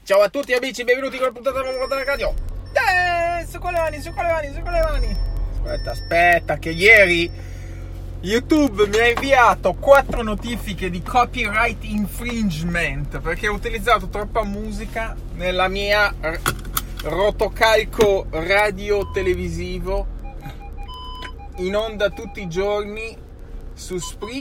Ciao a tutti amici, benvenuti con la puntata nuova della radio. Su con le mani. Aspetta, che ieri YouTube mi ha inviato 4 notifiche di copyright infringement perché ho utilizzato troppa musica nella mia rotocalco radio televisivo in onda tutti i giorni su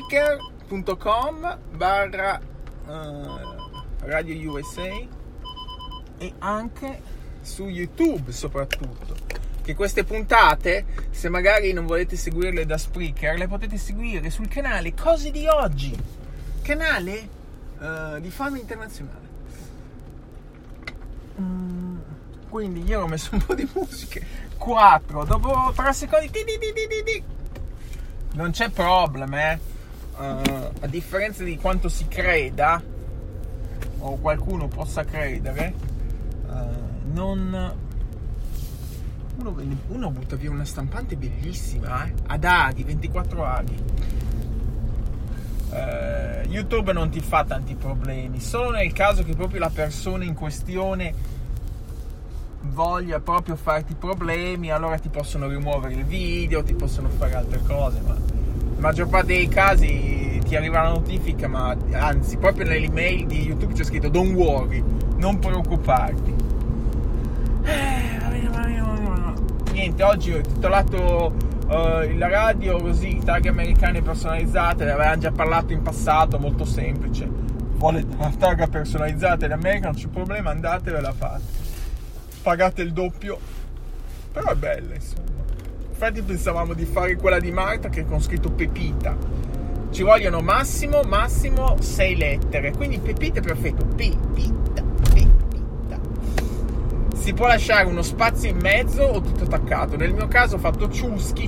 Spreaker.com/Radio USA e anche su YouTube soprattutto, che queste puntate, se magari non volete seguirle da Spreaker, le potete seguire sul canale Cose di Oggi, canale di fama internazionale. Quindi io ho messo un po' di musiche, 4, dopo 3 secondi non c'è problema, a differenza di quanto si creda o qualcuno possa credere. Uno butta via una stampante bellissima, ad aghi, 24 aghi. YouTube non ti fa tanti problemi, solo nel caso che proprio la persona in questione voglia proprio farti problemi, allora ti possono rimuovere il video, ti possono fare altre cose, ma la maggior parte dei casi ti arriva la notifica, ma anzi proprio nell'email di YouTube c'è scritto don't worry, non preoccuparti. Niente, oggi ho titolato la radio così, tag americane personalizzate, ne avevamo già parlato in passato, molto semplice. Volete una tag personalizzata in America, non c'è problema, andatevela, fate, pagate il doppio, però è bella, insomma. Infatti pensavamo di fare quella di Marta che con scritto Pepita, ci vogliono massimo 6 lettere, quindi Pepita è perfetto, Pepita. Si può lasciare uno spazio in mezzo o tutto attaccato. Nel mio caso ho fatto ciuschi,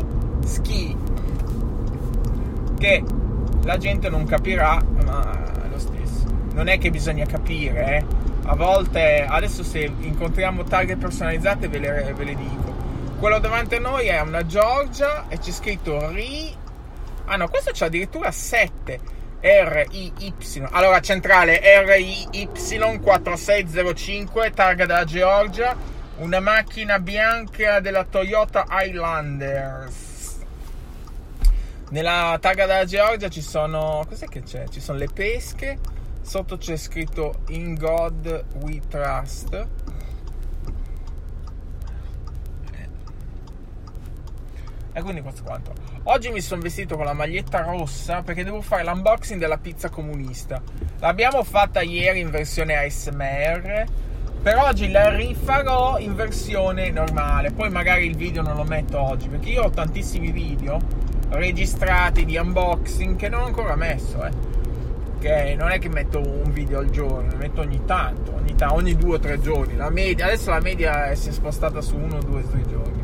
che la gente non capirà, ma lo stesso. Non è che bisogna capire, A volte, adesso se incontriamo targhe personalizzate ve le dico. Quello davanti a noi è una Georgia e c'è scritto questo c'è addirittura 7 RIY, allora centrale RIY 4605, targa della Georgia, una macchina bianca della Toyota Highlanders. Nella targa della Georgia ci sono, cos'è che c'è? Ci sono le pesche, sotto c'è scritto In God We Trust. E quindi questo quanto. Oggi mi sono vestito con la maglietta rossa perché devo fare l'unboxing della pizza comunista. L'abbiamo fatta ieri in versione ASMR, per oggi la rifarò in versione normale. Poi magari il video non lo metto oggi perché io ho tantissimi video registrati di unboxing che non ho ancora messo, che non è che metto un video al giorno, ne metto ogni tanto, ogni 2 o 3 giorni. La media, adesso la media si è spostata su 1 o 2 o 3 giorni.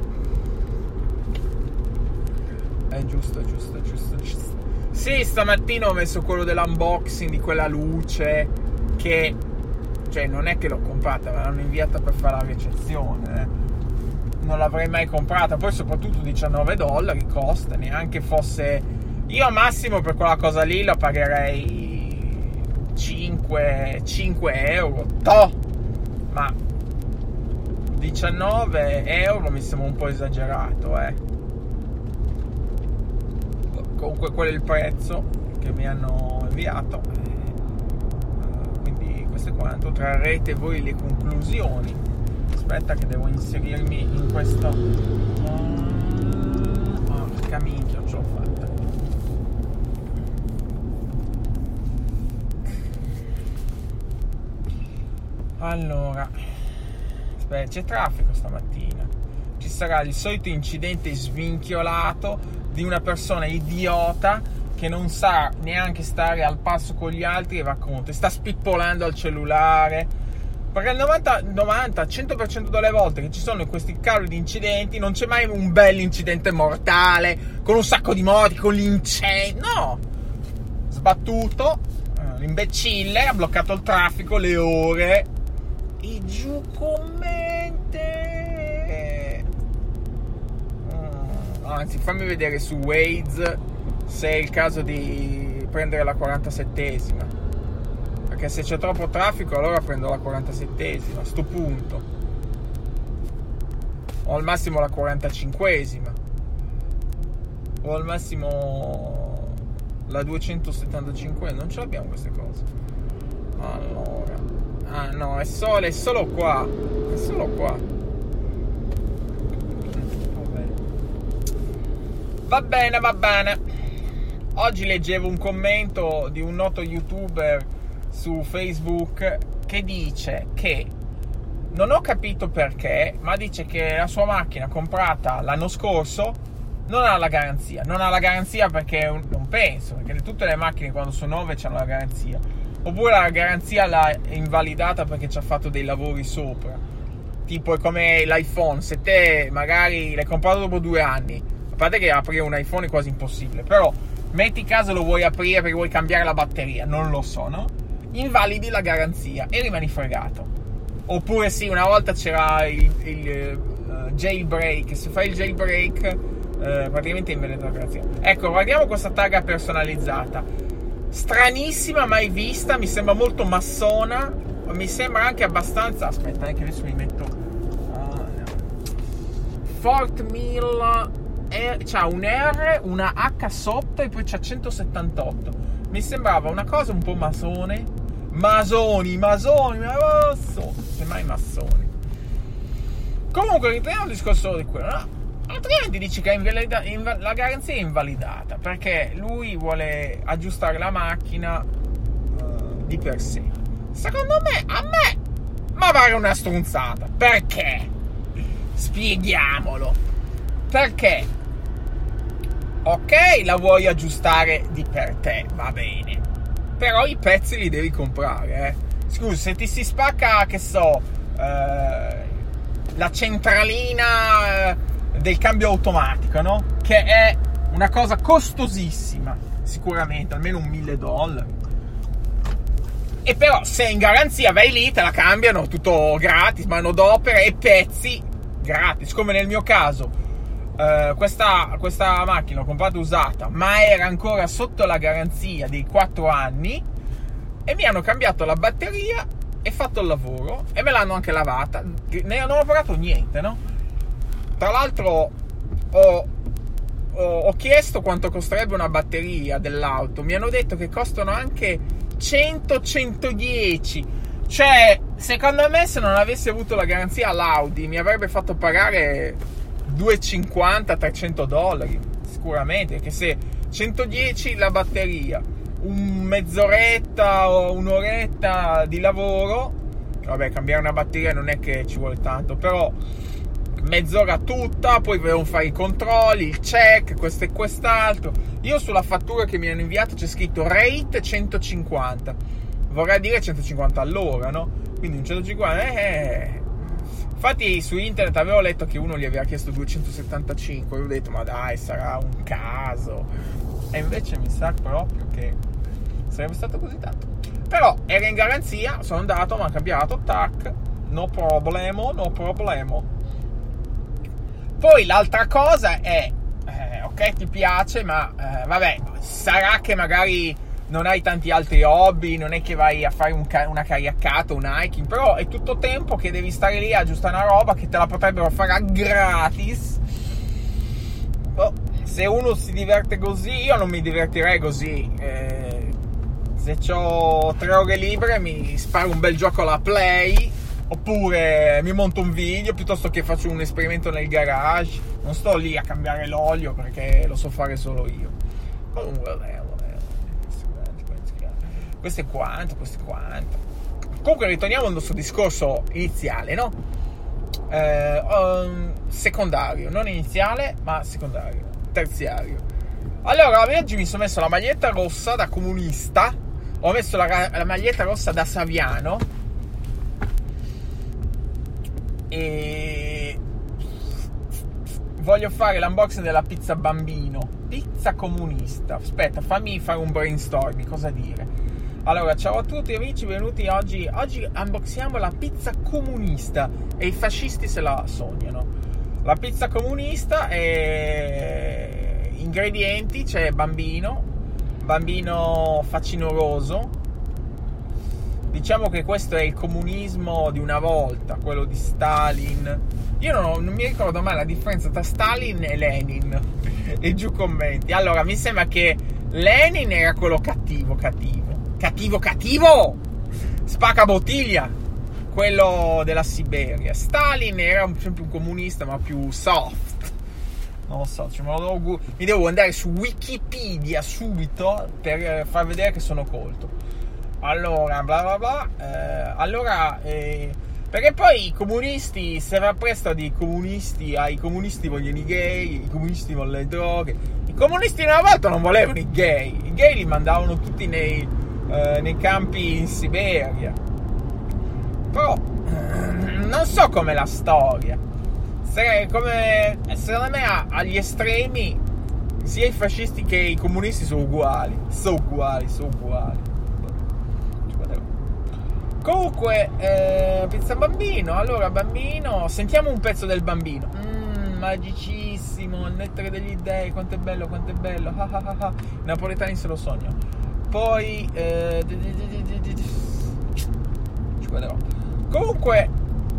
Giusto. Sì, stamattina ho messo quello dell'unboxing di quella luce che, cioè, non è che l'ho comprata, me l'hanno inviata per fare la recensione, Non l'avrei mai comprata. Poi soprattutto $19 costa, neanche fosse. Io al massimo per quella cosa lì la pagherei 5 euro. Ma 19 euro mi sembra un po' esagerato, Comunque quello è il prezzo che mi hanno inviato, quindi questo è quanto. Trarrete voi le conclusioni. Aspetta che devo inserirmi in questo. Camicia ce l'ho fatta. Allora, aspetta, c'è traffico stamattina, ci sarà il solito incidente svinchiolato di una persona idiota che non sa neanche stare al passo con gli altri e va contro, sta spippolando al cellulare, perché il 90-100% delle volte che ci sono questi cavoli di incidenti non c'è mai un bel incidente mortale con un sacco di morti, con l'incendio, no, sbattuto, l'imbecille ha bloccato il traffico le ore e giù commente. Anzi, fammi vedere su Waze se è il caso di prendere la 47esima, perché se c'è troppo traffico allora prendo la 47esima a sto punto, o al massimo la 45esima, o al massimo la 275. Non ce l'abbiamo queste cose. Allora, ah no, è solo qua, è solo qua. Va bene. Oggi leggevo un commento di un noto youtuber su Facebook che dice che non ho capito perché, ma dice che la sua macchina comprata l'anno scorso non ha la garanzia. Non ha la garanzia perché non penso, perché tutte le macchine quando sono nuove hanno la garanzia. Oppure la garanzia l'ha invalidata perché ci ha fatto dei lavori sopra. Tipo è come l'iPhone, se te magari l'hai comprato dopo 2 anni, a parte che aprire un iPhone è quasi impossibile, però metti caso lo vuoi aprire perché vuoi cambiare la batteria, non lo so, no? Invalidi la garanzia e rimani fregato. Oppure sì, una volta c'era il jailbreak, se fai il jailbreak praticamente invalidi la garanzia. Ecco, guardiamo questa targa personalizzata, stranissima, mai vista, mi sembra molto massona, mi sembra anche abbastanza, aspetta che adesso mi metto Fort Mill. C'ha un R, una H sotto e poi c'ha 178. Mi sembrava una cosa un po' masoni, ma semmai massoni. Comunque riprendiamo il discorso di quello, no? Altrimenti dici che la garanzia è invalidata perché lui vuole aggiustare la macchina di per sé. Secondo me, ma pare una stronzata. Perché? Spieghiamolo. Perché? Ok, la vuoi aggiustare di per te, va bene, però i pezzi li devi comprare, Scusa, se ti si spacca, che so, la centralina del cambio automatico, no? Che è una cosa costosissima, sicuramente, almeno $1.000. E però se è in garanzia vai lì, te la cambiano, tutto gratis, manodopera e pezzi gratis, come nel mio caso. Questa macchina l'ho comprata usata, ma era ancora sotto la garanzia dei 4 anni e mi hanno cambiato la batteria e fatto il lavoro e me l'hanno anche lavata. Non ho pagato niente, no? Tra l'altro ho chiesto quanto costerebbe una batteria dell'auto, mi hanno detto che costano anche 100-110. Cioè, secondo me, se non avessi avuto la garanzia l'Audi mi avrebbe fatto pagare $250-300 sicuramente, che se 110 la batteria, mezz'oretta o un'oretta di lavoro, vabbè, cambiare una batteria non è che ci vuole tanto, però mezz'ora tutta, poi devono fare i controlli, il check, questo e quest'altro. Io sulla fattura che mi hanno inviato c'è scritto rate 150, vorrà dire 150 all'ora, no? Quindi un 150 Infatti su internet avevo letto che uno gli aveva chiesto 275 e ho detto ma dai, sarà un caso, e invece mi sa proprio che sarebbe stato così tanto. Però era in garanzia, sono andato, mi hanno cambiato, tac, no problemo. Poi l'altra cosa è ok, ti piace, ma vabbè, sarà che magari non hai tanti altri hobby, non è che vai a fare una kayakkata, un hiking, però è tutto tempo che devi stare lì a aggiustare una roba che te la potrebbero fare gratis. Se uno si diverte così, io non mi divertirei così. Se ho 3 ore libere mi sparo un bel gioco alla Play, oppure mi monto un video, piuttosto che faccio un esperimento nel garage. Non sto lì a cambiare l'olio perché lo so fare solo io. Questo è quanto. Comunque ritorniamo al nostro discorso iniziale, no? Secondario, non iniziale, ma secondario, terziario. Allora, oggi mi sono messo la maglietta rossa da comunista, ho messo la maglietta rossa da Saviano e voglio fare l'unboxing della pizza bambino, pizza comunista. Aspetta, fammi fare un brainstorming, cosa dire. Allora, ciao a tutti amici, benvenuti oggi unboxiamo la pizza comunista e i fascisti se la sognano. La pizza comunista è ingredienti, c'è bambino facinoroso, diciamo che questo è il comunismo di una volta, quello di Stalin. Io non mi ricordo mai la differenza tra Stalin e Lenin. E giù commenti. Allora, mi sembra che Lenin era quello cattivo, spacca bottiglia, quello della Siberia. Stalin era sempre un comunista, ma più soft. Non lo so, mi devo andare su Wikipedia subito per far vedere che sono colto. Allora, bla bla bla. Perché poi i comunisti, se va presto ai comunisti vogliono i gay, i comunisti vogliono le droghe. I comunisti una volta non volevano i gay li mandavano tutti nei campi in Siberia. Però non so com'è la storia. Secondo me agli estremi sia i fascisti che i comunisti sono uguali. Comunque, Pizza Bambino. Allora, Bambino, sentiamo un pezzo del Bambino. Magicissimo, il nettare degli dei, quanto è bello. Napoletani se lo sogno. Poi ci guarderò. Comunque,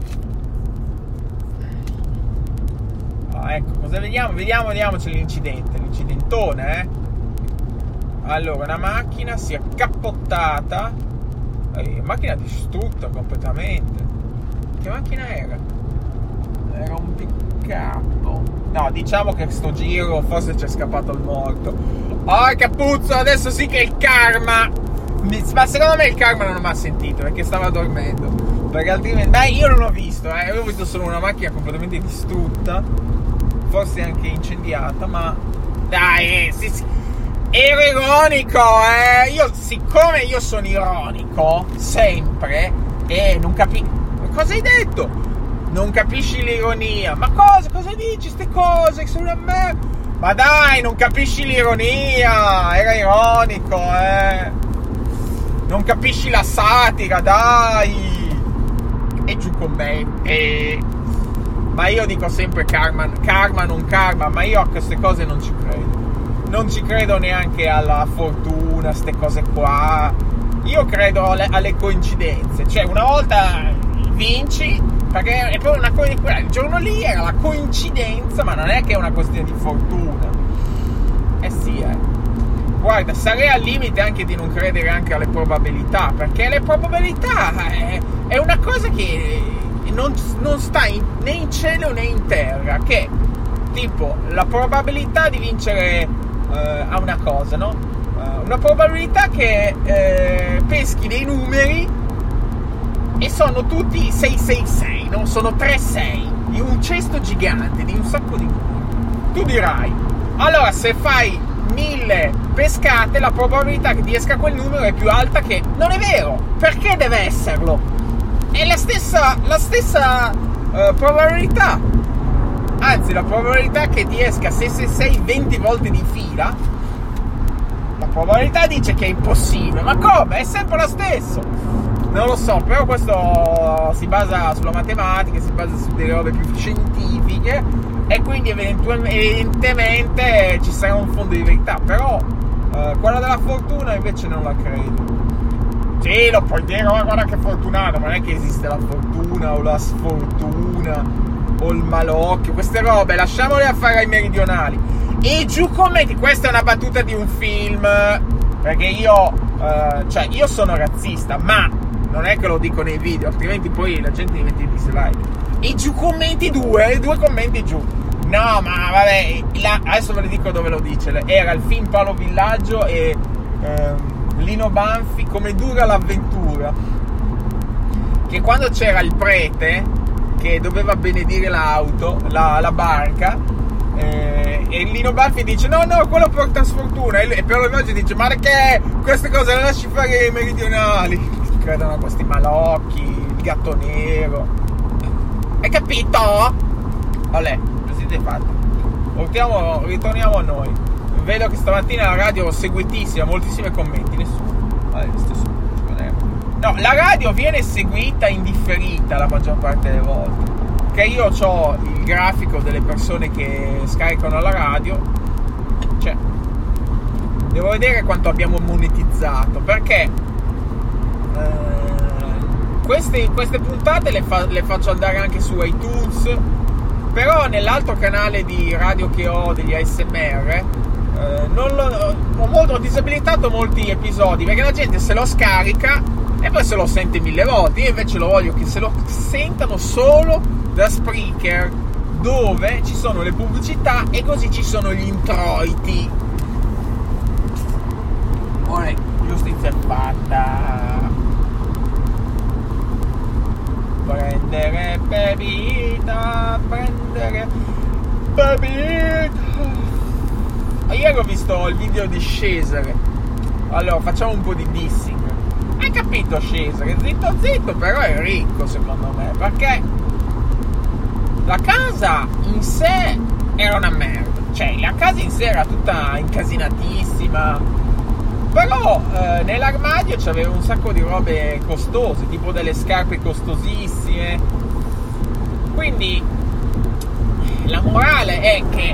ecco, cosa vediamo? C'è l'incidentone, Allora, una macchina si è cappottata. Macchina distrutta completamente. Che macchina era? Era un pick-up. No, diciamo che sto giro forse c'è scappato il morto. Oh, capuzzo, adesso sì che il karma. Ma secondo me il karma non mi ha sentito perché stava dormendo. Perché altrimenti, dai, io non l'ho visto, Io ho visto solo una macchina completamente distrutta, forse anche incendiata, ma dai, sì. Ero ironico, siccome io sono ironico sempre, non capisco. Cosa hai detto? Non capisci l'ironia? Ma cosa dici ste cose? Che sono una merda. Ma dai, non capisci l'ironia? Era ironico, Non capisci la satira, dai. E giù con me. Ma io dico sempre karma, non karma, ma io a queste cose non ci credo. Non ci credo neanche alla fortuna, ste cose qua. Io credo alle coincidenze. Cioè, una volta vinci, perché è proprio una coincidenza. Il giorno lì era la coincidenza, ma non è che è una questione di fortuna. Sì, Guarda, sarei al limite anche di non credere anche alle probabilità, perché le probabilità è una cosa che non sta né in cielo né in terra. Che, tipo, la probabilità di vincere a una cosa, no? Una probabilità che peschi dei numeri e sono tutti 666, no? Sono 36 in un cesto gigante di un sacco di numeri. Tu dirai, allora se fai 1000 pescate la probabilità che ti esca quel numero è più alta. Che non è vero, perché deve esserlo? È la stessa probabilità. Anzi, la probabilità che ti esca 666 20 volte di fila, la probabilità dice che è impossibile. Ma come? È sempre lo stesso. Non lo so, però questo si basa sulla matematica, si basa su delle robe più scientifiche e quindi evidentemente ci sarà un fondo di verità. Però quella della fortuna invece non la credo. Sì, lo puoi dire, guarda che fortunato, ma non è che esiste la fortuna o la sfortuna o il malocchio, queste robe lasciamole a fare ai meridionali. E giù commenti, questa è una battuta di un film, perché io sono razzista, ma non è che lo dico nei video, altrimenti poi la gente mi mette il dislike. E giù commenti due commenti giù. No, ma vabbè, adesso ve le dico dove lo dice. Era il film Paolo Villaggio e Lino Banfi, Come dura l'avventura, che quando c'era il prete che doveva benedire l'auto, la barca, e Lino Banfi dice no, quello porta sfortuna, e Paolo Villaggio dice ma perché queste cose le lasci fare ai meridionali, credono a questi malocchi, il gatto nero, hai capito? Olè, siete fatti. Ritorniamo a noi. Vedo che stamattina la radio seguitissima, moltissimi commenti, nessuno. No, la radio viene seguita in differita la maggior parte delle volte. Che io ho il grafico delle persone che scaricano la radio. Cioè, devo vedere quanto abbiamo monetizzato, perché queste puntate le faccio andare anche su iTunes, però nell'altro canale di radio che ho degli ASMR ho disabilitato molti episodi perché la gente se lo scarica e poi se lo sente 1000 volte. Io invece lo voglio che se lo sentano solo da Spreaker, dove ci sono le pubblicità e così ci sono gli introiti. Ora giustizia è fatta. Prendere bevita. Ieri ho visto il video di Cesare. Allora facciamo un po' di dissing. Hai capito Cesare? Zitto, però è ricco secondo me, perché la casa in sé era una merda. Cioè la casa in sé era tutta incasinatissima, però nell'armadio c'aveva un sacco di robe costose, tipo delle scarpe costosissime. Quindi la morale è che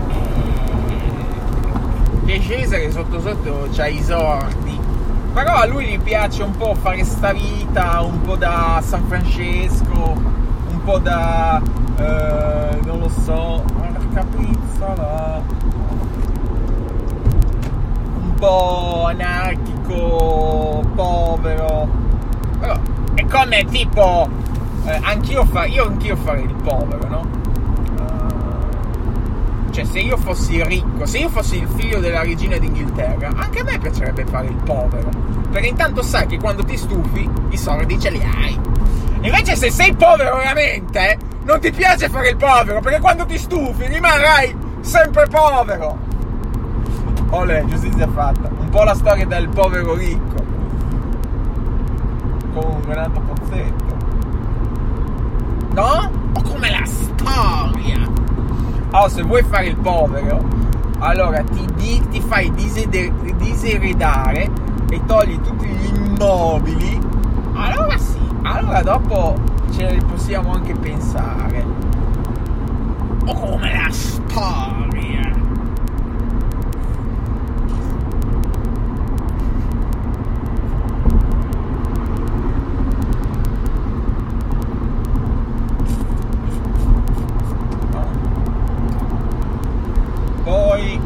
Cesare sotto c'ha i sordi, però a lui gli piace un po' fare sta vita un po' da San Francesco, un po' da non lo so, capizzola, un po' anarchico, povero, però è come tipo anch'io farei il povero, no? Cioè se io fossi ricco, se io fossi il figlio della regina d'Inghilterra, anche a me piacerebbe fare il povero, perché intanto sai che quando ti stufi i soldi ce li hai. Invece se sei povero veramente non ti piace fare il povero, perché quando ti stufi rimarrai sempre povero. Olè, giustizia fatta. Un po' la storia del povero ricco con Renato Pozzetto, no? O come la storia. Oh, se vuoi fare il povero, allora ti fai diseredare e togli tutti gli immobili. Allora sì, allora dopo ce ne possiamo anche pensare. O come la storia. Poi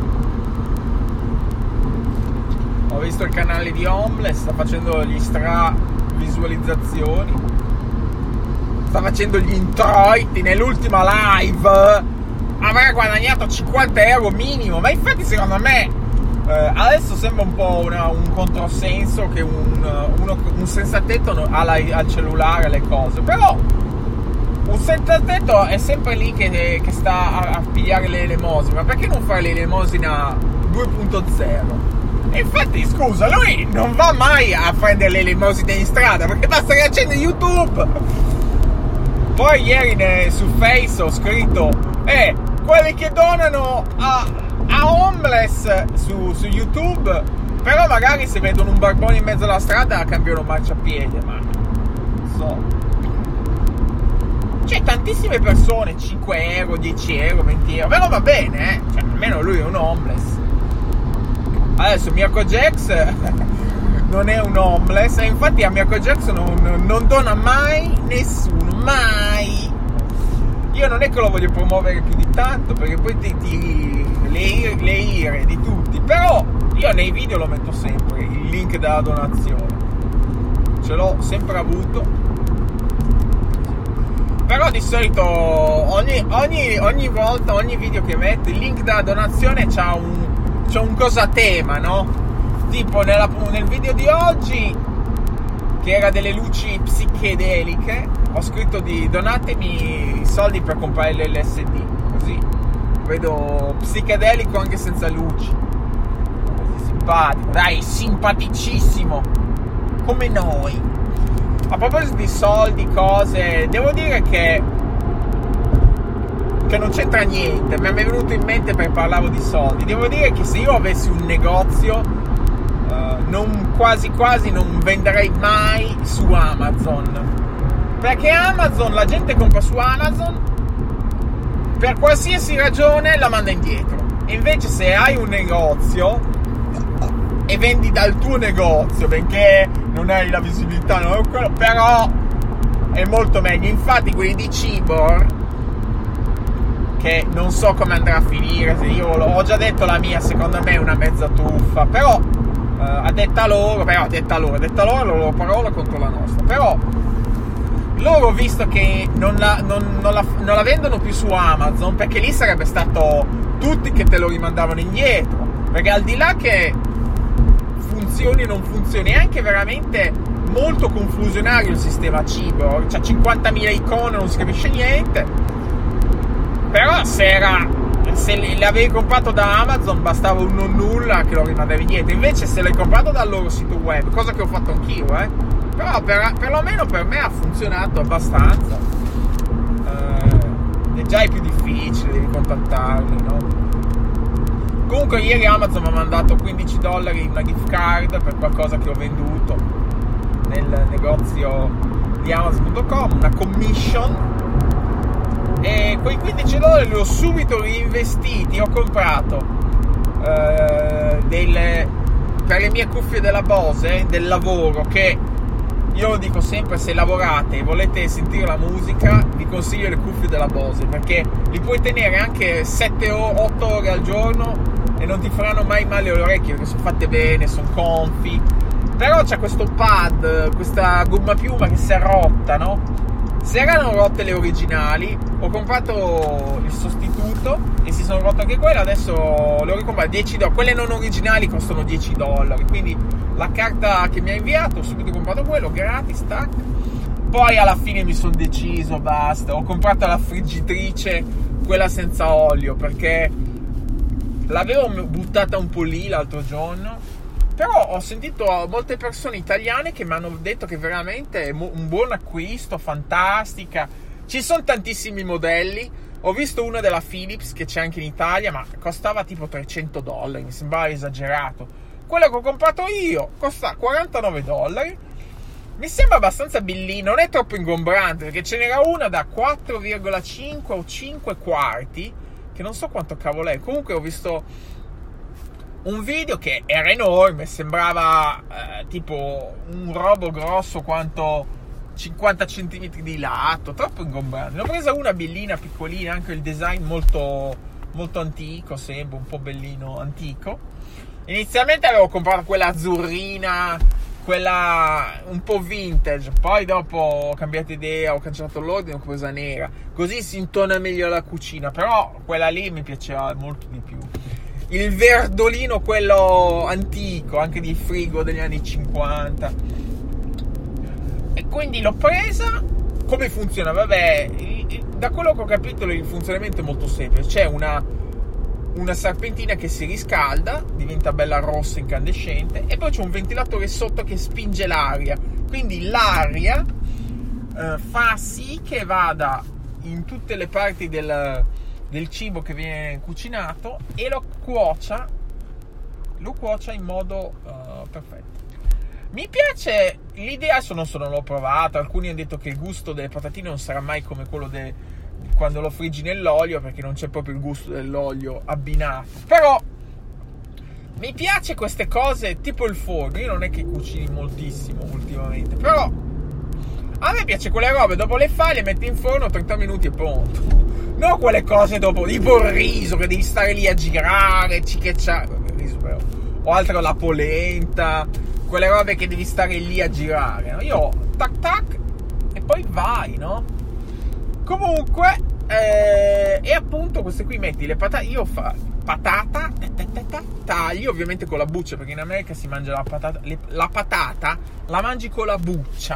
ho visto il canale di Homeless, sta facendo gli visualizzazioni, sta facendo gli introiti. Nell'ultima live avrà guadagnato 50 euro minimo, ma infatti secondo me adesso sembra un po' un controsenso che un senzatetto ha al cellulare le cose, però un senzatetto è sempre lì che sta a pigliare le elemosine. Ma perché non fare l'elemosina 2.0? E infatti scusa, lui non va mai a prendere le elemosine in strada, perché basta che accende YouTube. Poi ieri su Face ho scritto quelli che donano a Homeless su YouTube, però magari se vedono un barbone in mezzo alla strada cambiano marciapiede, ma non so. C'è tantissime persone, 5 euro, 10 euro, 20 euro, però va bene, cioè, almeno lui è un homeless. Adesso Mirko Jax non è un homeless, e infatti a Mirko Jax non dona mai nessuno, mai. Io non è che lo voglio promuovere più di tanto, perché poi ti tiri le ire di tutti, però io nei video lo metto sempre, il link della donazione, ce l'ho sempre avuto. Però di solito ogni volta, ogni video che metto, il link della donazione c'ha un cosa a tema, no? Tipo nel video di oggi, che era delle luci psichedeliche, ho scritto donatemi i soldi per comprare l'LSD, così vedo psichedelico anche senza luci, così simpatico, dai, simpaticissimo come noi. A proposito di soldi, cose, devo dire che non c'entra niente, mi è venuto in mente perché parlavo di soldi. Devo dire che se io avessi un negozio, quasi non venderei mai su Amazon, perché Amazon, la gente compra su Amazon, per qualsiasi ragione la manda indietro. E invece se hai un negozio e vendi dal tuo negozio, benché non hai la visibilità, però è molto meglio. Infatti quelli di Cibor, che non so come andrà a finire, se io ho già detto la mia, secondo me è una mezza truffa, però a detta loro, la loro parola contro la nostra, però loro, visto che non la vendono più su Amazon, perché lì sarebbe stato tutti che te lo rimandavano indietro, perché al di là che funzioni o non funzioni, è anche veramente molto confusionario il sistema Cibor, c'ha 50.000 icone, non si capisce niente. Però se l'avevi comprato da Amazon bastava un non nulla che lo rimandavi indietro. Invece se l'hai comprato dal loro sito web, cosa che ho fatto anch'io, però perlomeno per me ha funzionato abbastanza. E già è più difficile, devi contattarli, no? Comunque ieri Amazon mi ha mandato $15 in una gift card per qualcosa che ho venduto nel negozio di Amazon.com, una commission. E quei $15 li ho subito reinvestiti. Ho comprato per le mie cuffie della Bose del lavoro, che io lo dico sempre, se lavorate e volete sentire la musica vi consiglio le cuffie della Bose, perché li puoi tenere anche 7-8 ore al giorno e non ti faranno mai male le orecchie, perché sono fatte bene, sono comfy. Però c'è questo pad, questa gomma piuma che si è rotta, no? Se erano rotte le originali, ho comprato il sostituto e si sono rotte anche quelle. Adesso le ho ricomprate $10. Quelle non originali costano $10. Quindi la carta che mi ha inviato, ho subito comprato quello, gratis, tac. Poi alla fine mi sono deciso, basta. Ho comprato la friggitrice, quella senza olio, perché l'avevo buttata un po' lì l'altro giorno. Però ho sentito molte persone italiane che mi hanno detto che veramente è un buon acquisto, fantastica. Ci sono tantissimi modelli. Ho visto una della Philips che c'è anche in Italia, ma costava tipo $300, mi sembrava esagerato. Quella che ho comprato io costa $49. Mi sembra abbastanza bellina, non è troppo ingombrante, perché ce n'era una da 4,5 o 5 quarti, che non so quanto cavolo è. Comunque ho visto un video che era enorme, sembrava tipo un robo grosso quanto 50 cm di lato, troppo ingombrante. Ne ho presa una bellina, piccolina, anche il design molto, molto antico, sempre un po' bellino, antico. Inizialmente avevo comprato quella azzurrina, quella un po' vintage, poi dopo ho cambiato idea, ho cancellato l'ordine, ho presa nera, così si intona meglio la cucina, però quella lì mi piaceva molto di più. Il verdolino, quello antico, anche di frigo degli anni 50. E quindi l'ho presa. Come funziona? Vabbè, da quello che ho capito il funzionamento è molto semplice. C'è una serpentina che si riscalda, diventa bella rossa incandescente, e poi c'è un ventilatore sotto che spinge l'aria. Quindi l'aria fa sì che vada in tutte le parti del cibo che viene cucinato e lo cuocia in modo perfetto. Mi piace l'idea, adesso non l'ho provato, alcuni hanno detto che il gusto delle patatine non sarà mai come quello quando lo friggi nell'olio, perché non c'è proprio il gusto dell'olio abbinato, però mi piace queste cose tipo il forno. Io non è che cucini moltissimo ultimamente, però a me piace quelle robe, dopo le fai, le metti in forno, 30 minuti e pronto. Non quelle cose dopo, tipo il riso che devi stare lì a girare, cicchecciare, il riso però, o altro la polenta, quelle robe che devi stare lì a girare, no? Io tac tac e poi vai, no? Comunque e appunto queste qui metti le patate, io patata, tagli ovviamente con la buccia, perché in America si mangia la patata la mangi con la buccia.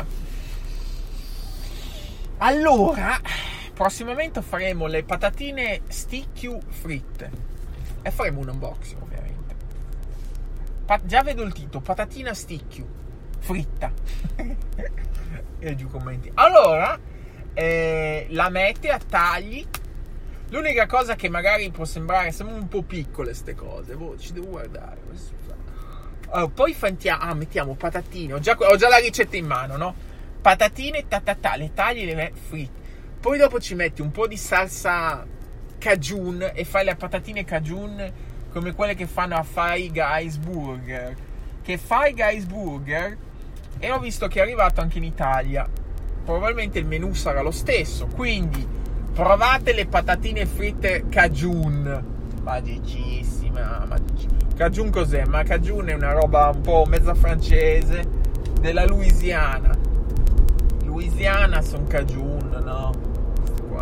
Allora prossimamente faremo le patatine sticchio fritte e faremo un unboxing, ovviamente. Già vedo il titolo, patatina sticchio fritta. E giù commenti. Allora la metti a tagli. L'unica cosa che magari può sembrare un po' piccole ste cose, ci devo guardare. Poi mettiamo patatine, ho già la ricetta in mano, no? Patatine, le tagli, le fritte. Poi dopo ci metti un po' di salsa cajun e fai le patatine cajun come quelle che fanno a Five Guys Burger. Che Five Guys Burger, e ho visto che è arrivato anche in Italia. probabilmente il menù sarà lo stesso, quindi provate le patatine fritte Cajun, magicissima. Cajun cos'è? Ma Cajun è una roba un po' mezza francese della Louisiana sono Cajun, no? Qua.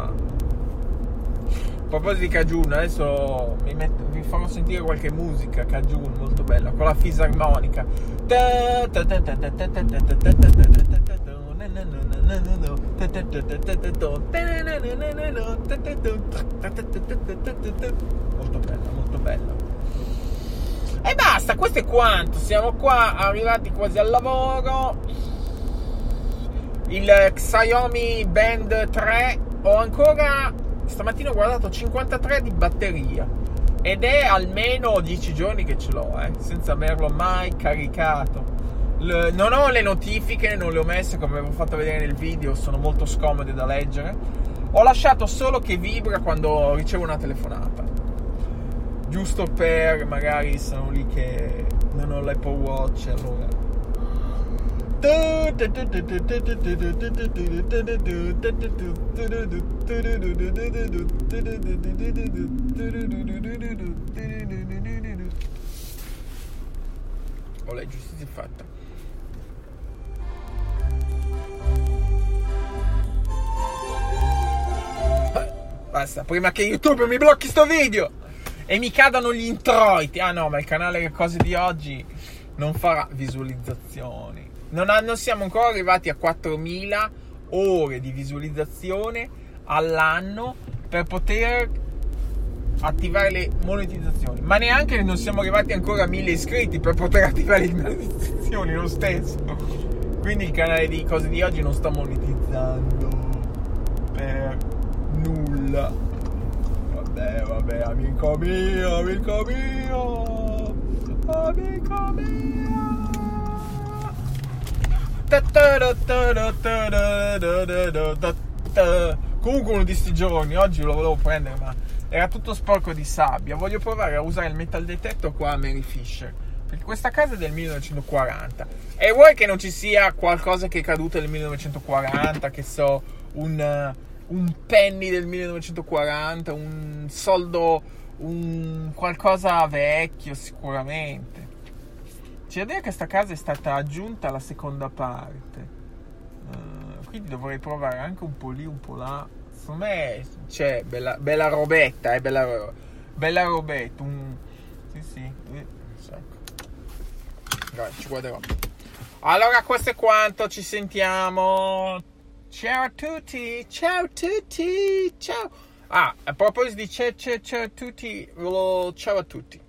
A proposito di Cajun, adesso vi farò sentire qualche musica Cajun molto bella con la fisarmonica. Molto bella, molto bella. E basta, questo è quanto. Siamo qua arrivati quasi al lavoro. Il Xiaomi Band 3 ho ancora, stamattina ho guardato 53 di batteria ed è almeno 10 giorni che ce l'ho, senza averlo mai caricato. Non ho le notifiche, non le ho messe come avevo fatto vedere nel video, sono molto scomode da leggere. Ho lasciato solo che vibra quando ricevo una telefonata, giusto per, magari sono lì che non ho l'Apple Watch, allora ho la giustizia fatta. Basta, prima che YouTube mi blocchi sto video e mi cadano gli introiti. Ah no, ma il canale Che Cose di Oggi non farà visualizzazioni. Non siamo ancora arrivati a 4.000 ore di visualizzazione all'anno per poter attivare le monetizzazioni, ma neanche non siamo arrivati ancora a 1.000 iscritti per poter attivare le monetizzazioni lo stesso. Quindi il canale di Cose di Oggi non sta monetizzando per nulla. Vabbè, amico mio. Comunque uno di sti giorni, oggi lo volevo prendere ma era tutto sporco di sabbia. Voglio provare a usare il metal detector qua a Mary Fisher, perché questa casa è del 1940 e vuoi che non ci sia qualcosa che è caduto nel 1940, che so, un penny del 1940, un soldo, un qualcosa vecchio sicuramente. C'è da dire che questa casa è stata aggiunta alla seconda parte, quindi dovrei provare anche un po' lì, un po' là. Secondo me c'è bella robetta, bella robetta. Sì. Dai, ci guarderò. Allora, questo è quanto, ci sentiamo. Ciao a tutti. Ah, a proposito di ciao a tutti, ciao a tutti.